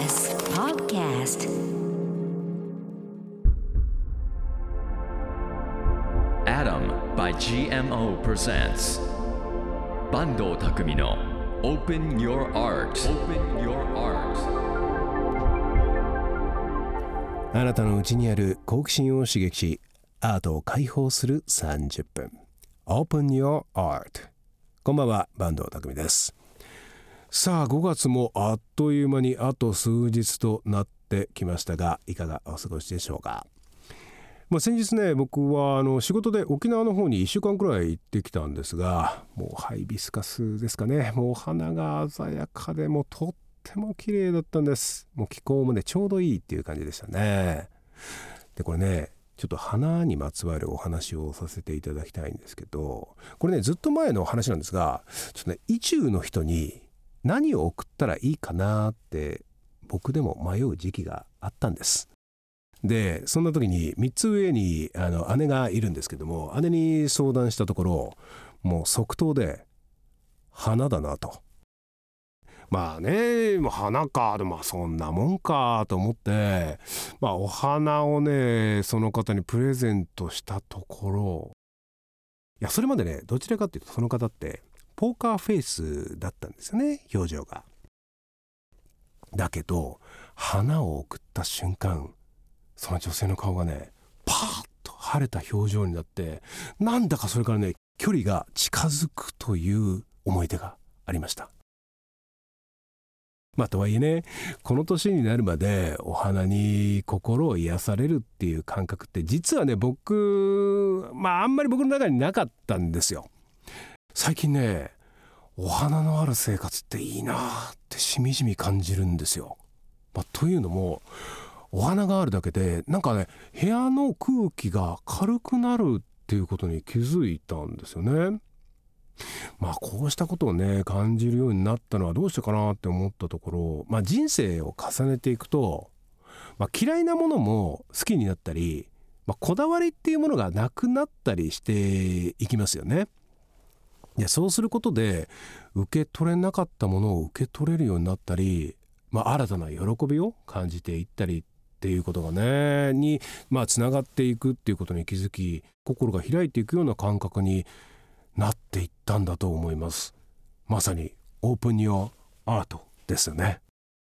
TBS Podcast Adam by GMO presents 坂東匠の Open Your Art。Open Your Art。 あなたの内にある好奇心を刺激し、アートを解放する30分。Open Your Art。こんばんは、坂東匠です。さあ、5月もあっという間にあと数日となってきましたが、いかがお過ごしでしょうか。先日ね、僕は仕事で沖縄の方に1週間くらい行ってきたんですが、もうハイビスカスですかね、もう花が鮮やかで、もうとっても綺麗だったんです。もう気候もねちょうどいいっていう感じでしたね。でこれね、ちょっと花にまつわるお話をさせていただきたいんですけど、これねずっと前の話なんですが、ちょっとね、意中の人に何を送ったらいいかなって僕でも迷う時期があったんです。でそんな時に3つ上に姉がいるんですけども、姉に相談したところ、もう即答で花だなと。まあね、花か、でもそんなもんかと思って、お花をねその方にプレゼントしたところ、いやそれまでね、どちらかっていうとその方ってポーカーフェイスだったんですよね、表情が。だけど花を贈った瞬間、その女性の顔がねパーッと晴れた表情になって、なんだかそれからね距離が近づくという思い出がありました。とはいえね、この年になるまでお花に心を癒されるっていう感覚って実はね、僕あんまり僕の中になかったんですよ。最近ね、お花のある生活っていいなってしみじみ感じるんですよ。というのも、お花があるだけでなんかね、部屋の空気が軽くなるっていうことに気づいたんですよね。こうしたことをね感じるようになったのはどうしてかなって思ったところ、人生を重ねていくと、嫌いなものも好きになったり、こだわりっていうものがなくなったりしていきますよね。そうすることで受け取れなかったものを受け取れるようになったり、新たな喜びを感じていったりっていうことがねにつながっていくっていうことに気づき、心が開いていくような感覚になっていったんだと思います。まさにオープンニューアートですよね。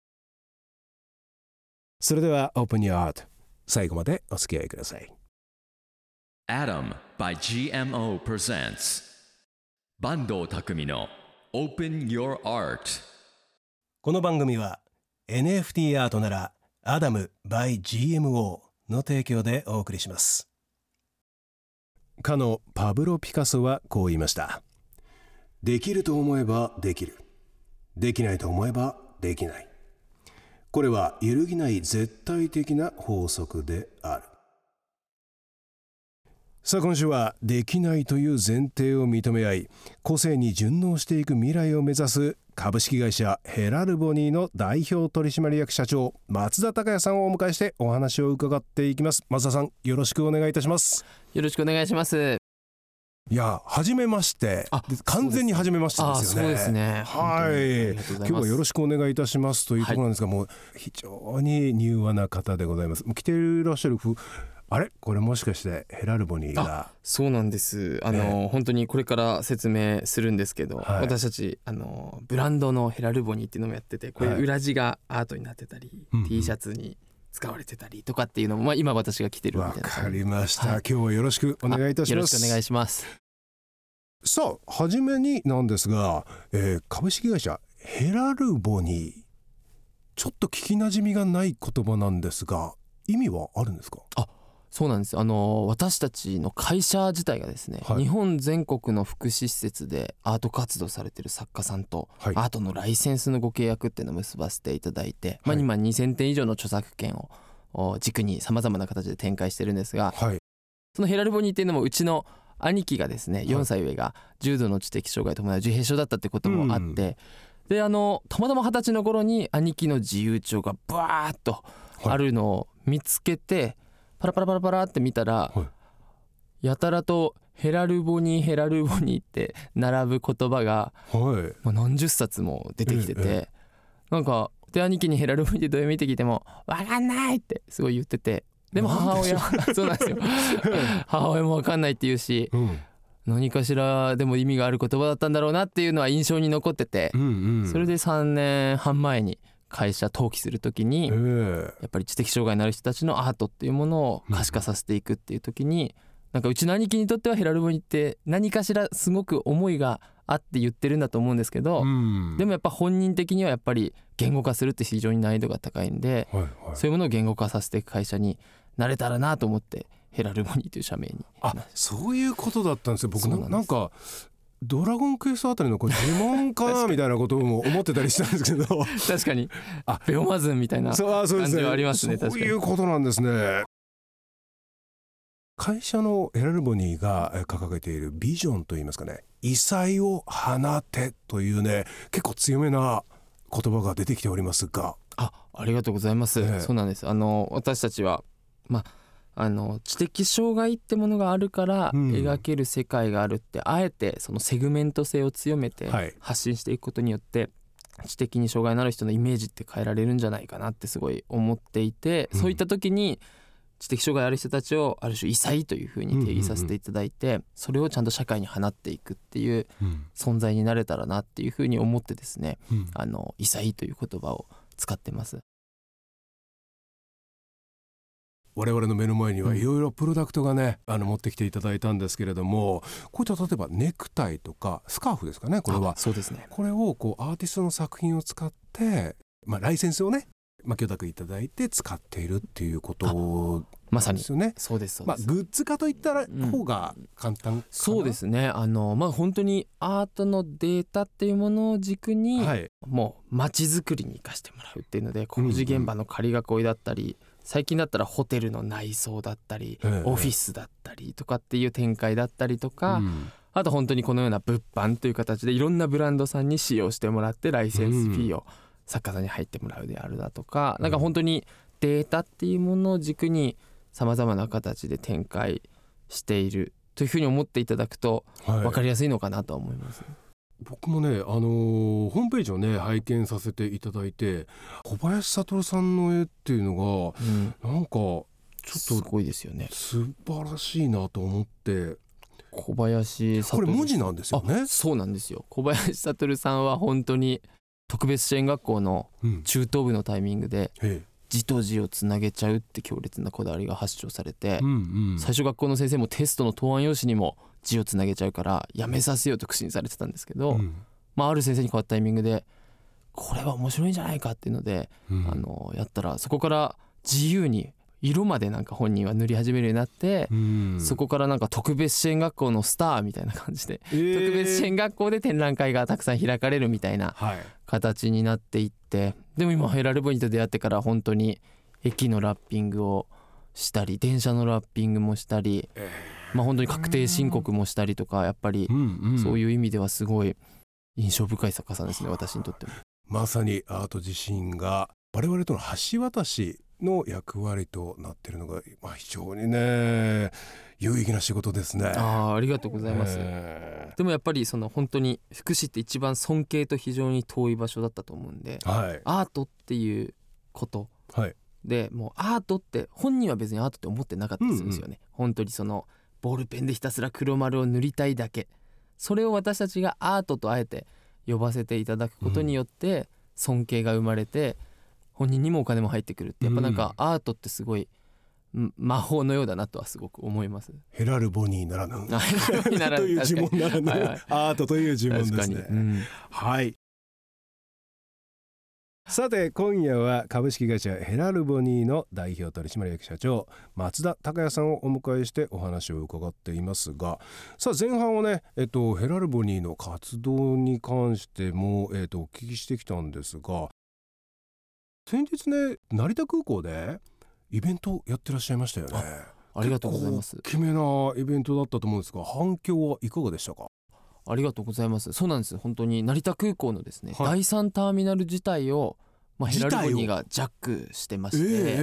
それではオープンニューアート、最後までお付き合いください。 Adam by GMO presents 坂東匠の Open Your Art。 この番組は NFT アートならアダム by GMO の提供でお送りします。かのパブロ・ピカソはこう言いました。できると思えばできる、できないと思えばできない。これは揺るぎない絶対的な法則である。さあ、今週はできないという前提を認め合い、個性に順応していく未来を目指す株式会社ヘラルボニーの代表取締役社長、松田孝也さんをお迎えしてお話を伺っていきます。松田さん、よろしくお願いいたします。 よろしくお願いします。 いや、初めまして。完全に初めましてですよね。 そうですね。 はい。今日はよろしくお願いいたしますというところなんですが、もう非常に柔和な方でございます。着ていらっしゃるあれ、これもしかしてヘラルボニーが。 そうなんです。本当にこれから説明するんですけど、私たちブランドのヘラルボニーっていうのもやってて、こういう裏地がアートになってたり、T シャツに使われてたりとかっていうのも、今私が着てるみたいな。 わかりました、今日はよろしくお願いいたします。 よろしくお願いします。 さあ、初めになんですが、株式会社ヘラルボニー、ちょっと聞きなじみがない言葉なんですが、意味はあるんですか？ そうなんです。私たちの会社自体がですね、日本全国の福祉施設でアート活動されている作家さんと、アートのライセンスのご契約っていうのを結ばせていただいて、今2000点以上の著作権を軸にさまざまな形で展開してるんですが、そのヘラルボニーっていうのもうちの兄貴がですね、4歳上が重度の知的障害と伴う自閉症だったってこともあって、でたまたま20歳の頃に兄貴の自由帳がバーッとあるのを見つけて、パラパラパラパラって見たら、やたらとヘラルボニーヘラルボニーって並ぶ言葉が、何十冊も出てきてて、なんかで兄貴にヘラルボニーってどういう意味って聞いても分かんないってすごい言ってて、でも母親そうなんですよ母親も分かんないって言うし、何かしらでも意味がある言葉だったんだろうなっていうのは印象に残ってて、それで3年半前に会社登記するときに、やっぱり知的障害のある人たちのアートっていうものを可視化させていくっていうときに、なんかうちの兄貴にとってはヘラルボニーって何かしらすごく思いがあって言ってるんだと思うんですけど、でもやっぱ本人的にはやっぱり言語化するって非常に難易度が高いんで、そういうものを言語化させていく会社になれたらなと思ってヘラルボニーという社名に。 そういうことだったんですよ。僕なんかドラゴンクエストあたりの呪文かなみたいなことも思ってたりしたんですけど確かにベオマズンみたいな感じはありますね。 そういうことなんですね。会社のヘラルボニーが掲げているビジョンといいますかね、異彩を放てというね、結構強めな言葉が出てきておりますが、 ありがとうございます、そうなんです。私たちは知的障害ってものがあるから描ける世界があるって、あえてそのセグメント性を強めて発信していくことによって、知的に障害のある人のイメージって変えられるんじゃないかなってすごい思っていて、そういった時に知的障害ある人たちをある種異彩というふうに定義させていただいて、それをちゃんと社会に放っていくっていう存在になれたらなっていうふうに思ってですね、異彩という言葉を使ってます。 我々の目の前にはいろいろプロダクトがね、持ってきていただいたんですけれども、こういった例えばネクタイとかスカーフですかね、これは。 そうですね。 これをアーティストの作品を使って、ライセンスをね許諾いただいて使っているっていうことまさにですよね。 そうです。 グッズ化といったら方が簡単かな。 そうですね。本当にアートのデータっていうものを軸に、もう街づくりに生かしてもらうっていうので、工事現場の仮囲いだったり、最近だったらホテルの内装だったり、オフィスだったりとかっていう展開だったりとか、あと本当にこのような物販という形でいろんなブランドさんに使用してもらってライセンスフィーを作家さんに入ってもらうであるだとか、なんか本当にデータっていうものを軸にさまざまな形で展開しているというふうに思っていただくと分かりやすいのかなと思います。 僕もね、ホームページをね拝見させていただいて、小林悟さんの絵っていうのが、なんかちょっとすごいですよね。 素晴らしいなと思って。 小林悟、 これ文字なんですよね。 そうなんですよ。小林悟さんは本当に特別支援学校の中等部のタイミングで字と字をつなげちゃうって強烈なこだわりが発症されて、最初学校の先生もテストの答案用紙にも字をつなげちゃうからやめさせようと苦心されてたんですけど、ある先生に変わったタイミングでこれは面白いんじゃないかっていうので、やったらそこから自由に色までなんか本人は塗り始めるようになって、そこからなんか特別支援学校のスターみたいな感じで、特別支援学校で展覧会がたくさん開かれるみたいな形になっていって、でも今ヘラルボニーと出会ってから本当に駅のラッピングをしたり、電車のラッピングもしたり、本当に確定申告もしたりとか、やっぱりそういう意味ではすごい印象深い作家さんですね、私にとっても。 まさにアート自身が我々との橋渡しの役割となっているのが、非常にね有意義な仕事ですね。 ありがとうございます。でもやっぱり本当に福祉って一番尊敬と非常に遠い場所だったと思うんで、アートっていうことで、もうアートって本人は別にアートって思ってなかったりするんですよね。本当にボールペンでひたすら黒丸を塗りたいだけ、それを私たちがアートとあえて呼ばせていただくことによって尊敬が生まれて、本人にもお金も入ってくるって、やっぱなんかアートってすごい魔法のようだなとはすごく思います。 ヘラルボニーならぬという呪文ならぬアートという呪文ですね。はい。さて今夜は株式会社ヘラルボニーの代表取締役社長松田孝也さんをお迎えしてお話を伺っていますが、さあ前半はね、ヘラルボニーの活動に関しても、お聞きしてきたんですが、先日ね成田空港でイベントやってらっしゃいましたよね。 ありがとうございます。 大きめなイベントだったと思うんですが、反響はいかがでしたか？ ありがとうございます。そうなんです。本当に成田空港のですね、第3ターミナル自体を、ヘラルボニーがジャックしてまして、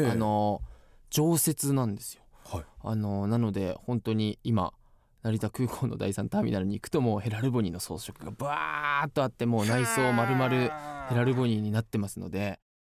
常設なんですよ。なので本当に今成田空港の第3ターミナルに行くと、もうヘラルボニーの装飾がバーッとあって、もう内装丸々ヘラルボニーになってますので、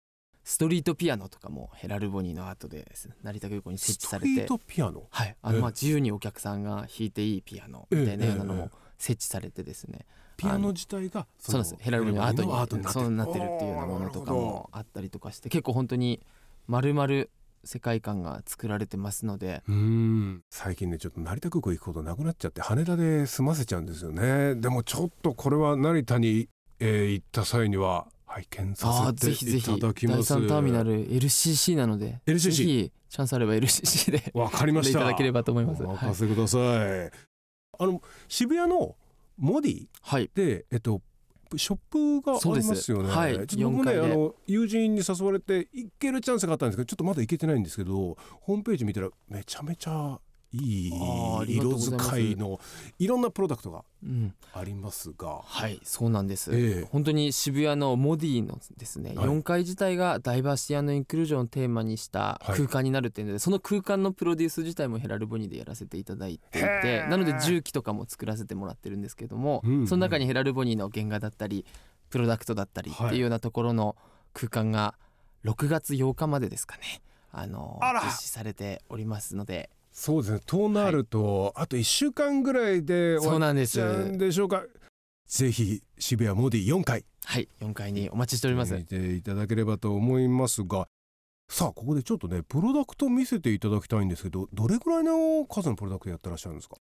ストリートピアノとかもヘラルボニーのアートで成田空港に設置されて、 ストリートピアノ、 はい、自由にお客さんが弾いていいピアノみたいなようなのも設置されてですね、 ピアノ自体がそうです、ヘラルボニーのアートにそうなってるっていうようなものとかもあったりとかして、結構本当に丸々世界観が作られてますので、 最近ねちょっと成田空港行くことなくなっちゃって羽田で済ませちゃうんですよね。でもちょっとこれは成田に、行った際には拝見させていただきます。 第3ターミナル LCC なので、ぜひチャンスあれば LCC でわかりました、 いただければと思います。 お任せください、渋谷のモディで、ショップがありますよね。 はい、 ちょっと僕ね友人に誘われて行けるチャンスがあったんですけど、ちょっとまだ行けてないんですけど、ホームページ見たらめちゃめちゃいい色使いのいろんなプロダクトがありますが、 はい、そうなんです、本当に渋谷のモディのですね、4階自体がダイバーシティ&インクルージョンをテーマにした空間になるっていうので、その空間のプロデュース自体もヘラルボニーでやらせていただいていて、なので重機とかも作らせてもらってるんですけども、その中にヘラルボニーの原画だったりプロダクトだったりっていうようなところの空間が6月8日までですかね、実施されておりますので。 そうですね、となると、あと1週間ぐらいで終わっちゃうんでしょうか。ぜひ渋谷モディ4階、 はい、4階にお待ちしております。 見ていただければと思いますが、さあここでちょっとねプロダクト見せていただきたいんですけど、どれぐらいの数のプロダクトやってらっしゃるんですか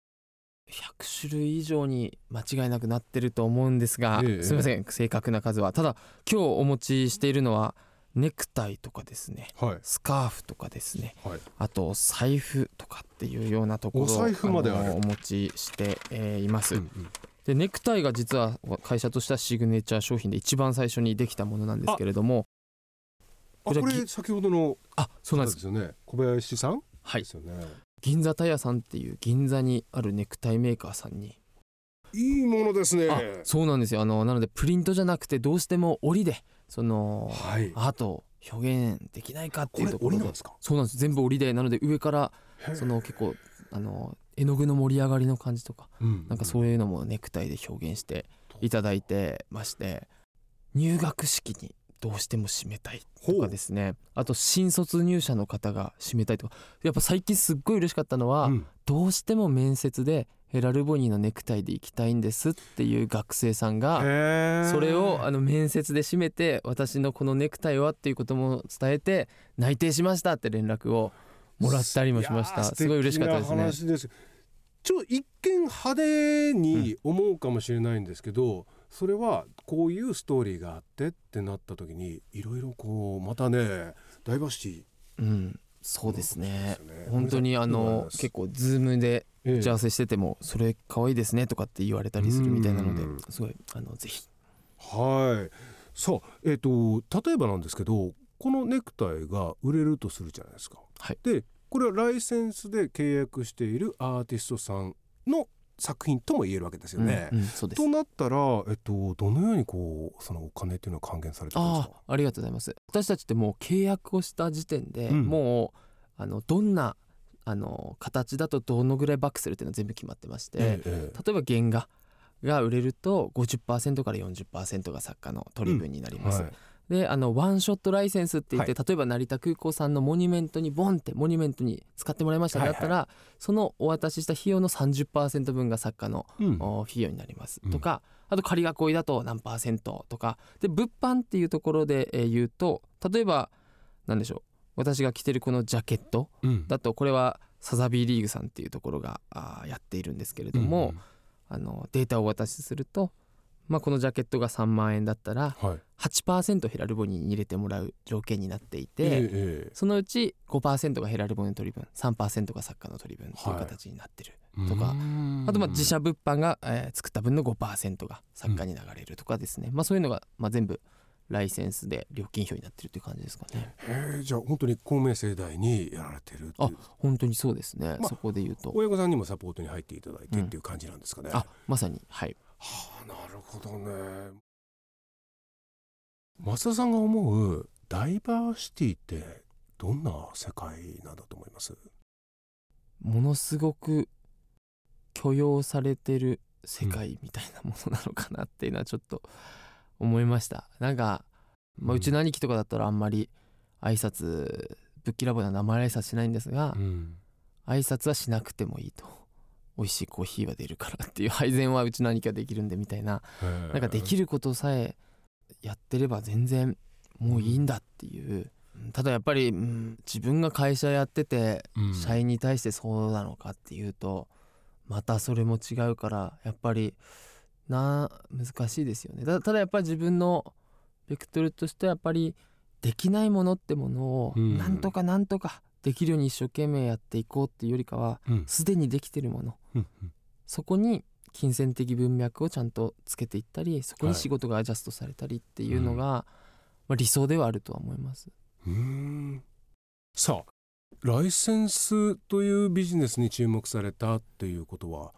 ？100種類以上に間違いなくなってると思うんですが、すみません正確な数は。ただ今日お持ちしているのはネクタイとかですね、スカーフとかですね、あと財布とかっていうようなところをお財布までお持ちして、います、でネクタイが実は会社としてはシグネチャー商品で一番最初にできたものなんですけれども、 これ先ほどのそうなんですよね、小林さん、 はいですよね。 銀座タイヤさんっていう銀座にあるネクタイメーカーさんに、 いいものですね。 そうなんですよ。なのでプリントじゃなくてどうしても織りでアートを表現できないかっていうところで、 これ織りなんですか？ そうなんです、全部織りで、なので上から結構絵の具の盛り上がりの感じとか、なんかそういうのもネクタイで表現していただいてまして、入学式にどうしても締めたいとかですね、あと新卒入社の方が締めたいとか、やっぱ最近すっごい嬉しかったのは、どうしても面接でヘラルボニーのネクタイで行きたいんですっていう学生さんが、それを面接で締めて、私のこのネクタイはっていうことも伝えて内定しましたって連絡をもらったりもしました。すごい嬉しかったですね。 話です。一見派手に思うかもしれないんですけど、それはこういうストーリーがあってってなった時に、いろいろまたねダイバーシティ、 そうですね、本当に結構ズームで打ち合わせしてても、それ可愛いですねとかって言われたりするみたいなので、すごいぜひ。はい。 さあ、例えばなんですけど、このネクタイが売れるとするじゃないですか。でこれはライセンスで契約しているアーティストさんの作品とも言えるわけですよね。 そうです。 となったら、どのようにそのお金っていうのは還元されてるんですか？ ありがとうございます。私たちってもう契約をした時点で、もうどんな形だとどのぐらいバックするっていうのは全部決まってまして、例えば原画が売れると 50% から 40% が作家の取り分になります。でワンショットライセンスって言って、例えば成田空港さんのモニュメントにボンってモニュメントに使ってもらいましただったら、そのお渡しした費用の 30% 分が作家の費用になります、とか、あと仮囲いだと何%とかで、物販っていうところで言うと、例えば何でしょう、私が着てるこのジャケットだと、これはサザビーリーグさんっていうところがやっているんですけれども、データをお渡しすると、このジャケットが3万円だったら 8% ヘラルボニーに入れてもらう条件になっていて、そのうち 5% がヘラルボニーの取り分、 3% が作家の取り分という形になってるとか、あと自社物販が作った分の 5% が作家に流れるとかですね、そういうのが全部ライセンスで料金表になってるという感じですかね。 じゃあ本当に公明正大にやられてるっていう。 本当にそうですね、そこで言うと親御さんにもサポートに入っていただいてっていう感じなんですかね。 まさに、はい。 なるほどね。松田さんが思うダイバーシティってどんな世界なんだと思います？ ものすごく許容されてる世界みたいなものなのかなっていうのはちょっと思いました。なんかうちの兄貴とかだったらあんまり挨拶ぶっきらぼうな名前挨拶しないんですが、挨拶はしなくてもいいと、美味しいコーヒーは出るからっていう配膳はうちの兄貴はできるんでみたいな、なんかできることさえやってれば全然もういいんだっていう。ただやっぱり、自分が会社やってて社員に対してそうなのかっていうとまたそれも違うから、やっぱり難しいですよね。ただやっぱり自分のベクトルとしてはやっぱりできないものってものをなんとかできるように一生懸命やっていこうっていうよりかは、すでにできてるもの、そこに金銭的文脈をちゃんとつけていったり、そこに仕事がアジャストされたりっていうのが、理想ではあるとは思います。 さあ、ライセンスというビジネスに注目されたっていうことは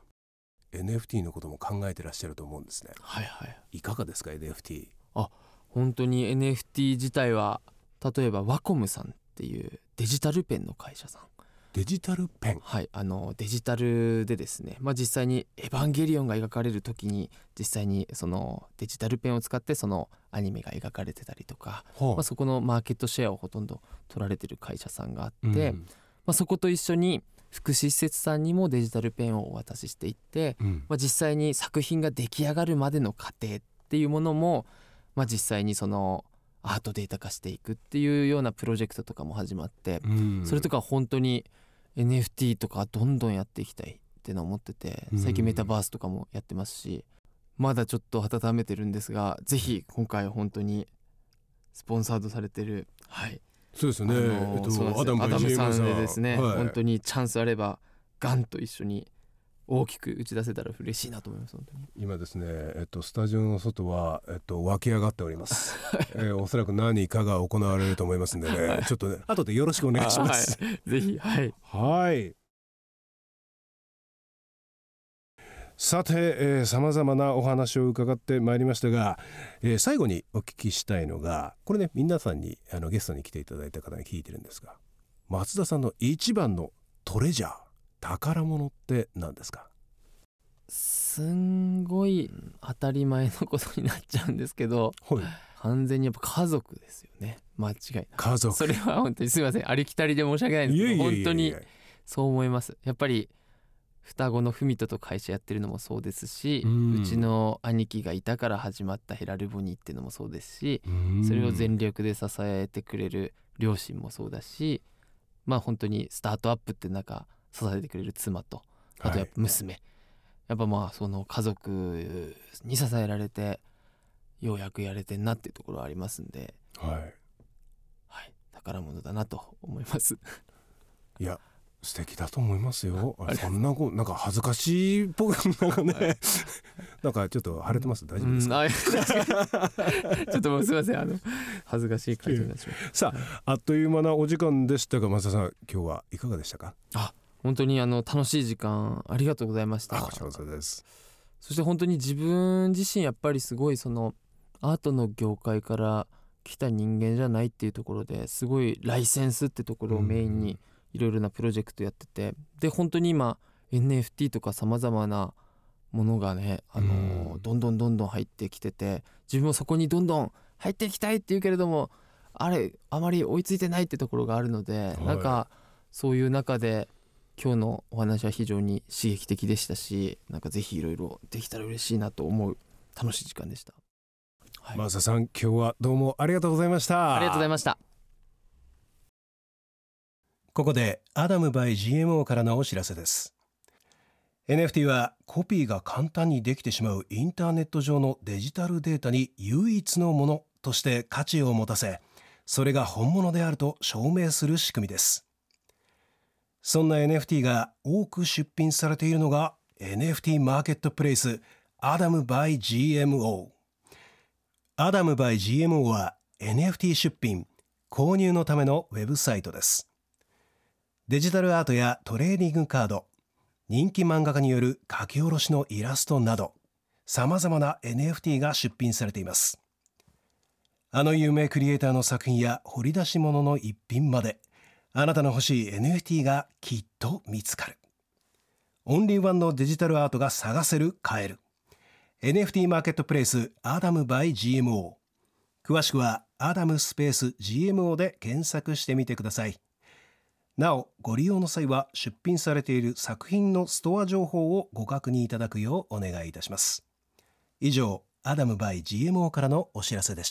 NFT のことも考えてらっしゃると思うんですね。いかがですか NFT。 本当に NFT 自体は、例えばワコムさんっていうデジタルペンの会社さん。 デジタルペン、 デジタルでですね、実際にエヴァンゲリオンが描かれる時に実際にそのデジタルペンを使ってそのアニメが描かれてたりとか、そこのマーケットシェアをほとんど取られてる会社さんがあって、そこと一緒に福祉施設さんにもデジタルペンをお渡ししていって、実際に作品が出来上がるまでの過程っていうものも、実際にそのアートデータ化していくっていうようなプロジェクトとかも始まって、それとか本当にNFT とかどんどんやっていきたいってのは思ってて、最近メタバースとかもやってますし、まだちょっと温めてるんですが、ぜひ今回本当にスポンサードされてる、 そうですよね、 アダムさんでですね、本当にチャンスあればガンと一緒に大きく打ち出せたら嬉しいなと思います。本当に今ですね、スタジオの外は、湧き上がっております、おそらく何かが行われると思いますんでねちょっとね後でよろしくお願いします。 ぜひ。 さて、様々なお話を伺ってまいりましたが、最後にお聞きしたいのが、これね、皆さんにゲストに来ていただいた方に聞いてるんですが、松田さんの一番のトレジャー、宝物って何ですか？ すんごい当たり前のことになっちゃうんですけど、完全にやっぱ家族ですよね。間違いない。 家族。 それは本当にすいません、ありきたりで申し訳ないんですけど、本当にそう思います。やっぱり双子の文人と会社やってるのもそうですし、うちの兄貴がいたから始まったヘラルボニーっていうのもそうですし、それを全力で支えてくれる両親もそうだし、本当にスタートアップって中支えてくれる妻と、あとやっぱ娘、やっぱその家族に支えられてようやくやれてんなっていうところはありますんで、宝物だなと思います。 いや、素敵だと思いますよ。そんななんか恥ずかしいっぽくなんかねなんかちょっと腫れてます。大丈夫ですか？ ちょっともうすいません、恥ずかしい感じになってしまいました。 さあ、あっという間なお時間でしたが、松田さん、今日はいかがでしたか？ 本当に楽しい時間ありがとうございました。 こちらこそです。 そして本当に自分自身やっぱりすごいそのアートの業界から来た人間じゃないっていうところで、すごいライセンスってところをメインにいろいろなプロジェクトやってて、で本当に今 NFT とかさまざまなものがね、どんどん入ってきてて、自分もそこにどんどん入っていきたいっていうけれども、あまり追いついてないってところがあるので、なんかそういう中で今日のお話は非常に刺激的でしたし、なんかぜひいろいろできたら嬉しいなと思う楽しい時間でした。 松田さん、今日はどうもありがとうございました。 ありがとうございました。 ここでアダム by GMO からのお知らせです。 NFT はコピーが簡単にできてしまうインターネット上のデジタルデータに唯一のものとして価値を持たせ、それが本物であると証明する仕組みです。そんな NFT が多く出品されているのが NFT マーケットプレイスアダム by GMO。 アダム by GMO は NFT 出品購入のためのウェブサイトです。デジタルアートやトレーディングカード、人気漫画家による書き下ろしのイラストなど、さまざまな NFT が出品されています。有名クリエイターの作品や掘り出し物の一品まで、あなたの欲しい NFT がきっと見つかる。オンリーワンのデジタルアートが探せる、買える。NFT マーケットプレイスアダム by GMO。詳しくはアダムスペース GMO で検索してみてください。なお、ご利用の際は出品されている作品のストア情報をご確認いただくようお願いいたします。以上、アダム by GMO からのお知らせでした。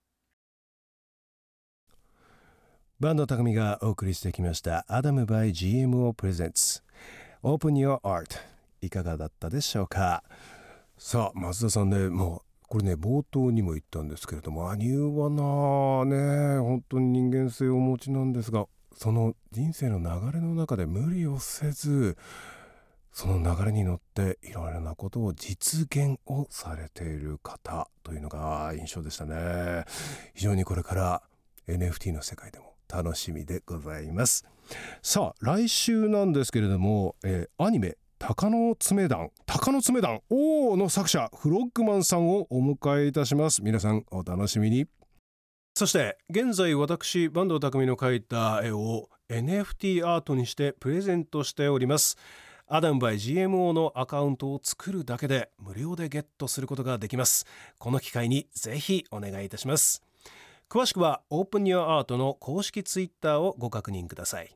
坂東匠がお送りしてきましたアダム by GMO プレゼンツ Open Your Art、 いかがだったでしょうか。さあ松田さんね、もうこれね冒頭にも言ったんですけれども、羽生はね本当に人間性をお持ちなんですが、その人生の流れの中で無理をせず、その流れに乗っていろいろなことを実現をされている方というのが印象でしたね。非常にこれから NFT の世界でも楽しみでございます。さあ来週なんですけれども、アニメ鷹の爪弾の作者フロッグマンさんをお迎えいたします。皆さんお楽しみに。そして現在私坂東匠の描いた絵を NFT アートにしてプレゼントしております。アダム by GMO のアカウントを作るだけで無料でゲットすることができます。この機会にぜひお願いいたします。詳しくは Open Your Art の公式ツイッターをご確認ください。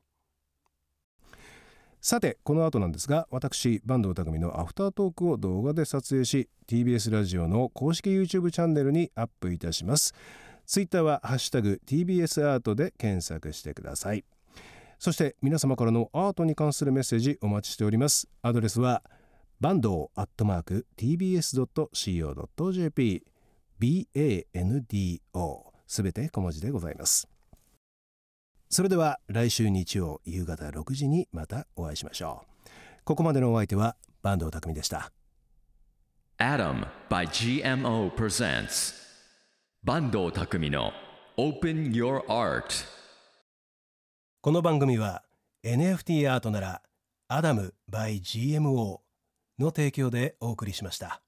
さてこの後なんですが、私坂東匠のアフタートークを動画で撮影し TBS ラジオの公式 YouTube チャンネルにアップいたします。ツイッターはハッシュタグ TBS アートで検索してください。そして皆様からのアートに関するメッセージお待ちしております。アドレスは坂東@tbs.co.jp BANDO すべて小文字でございます。それでは来週日曜夕方6時にまたお会いしましょう。ここまでのお相手は坂東匠でした。 Adam by GMO presents 坂東匠の Open Your Art。 この番組は NFT アートならアダム by GMO の提供でお送りしました。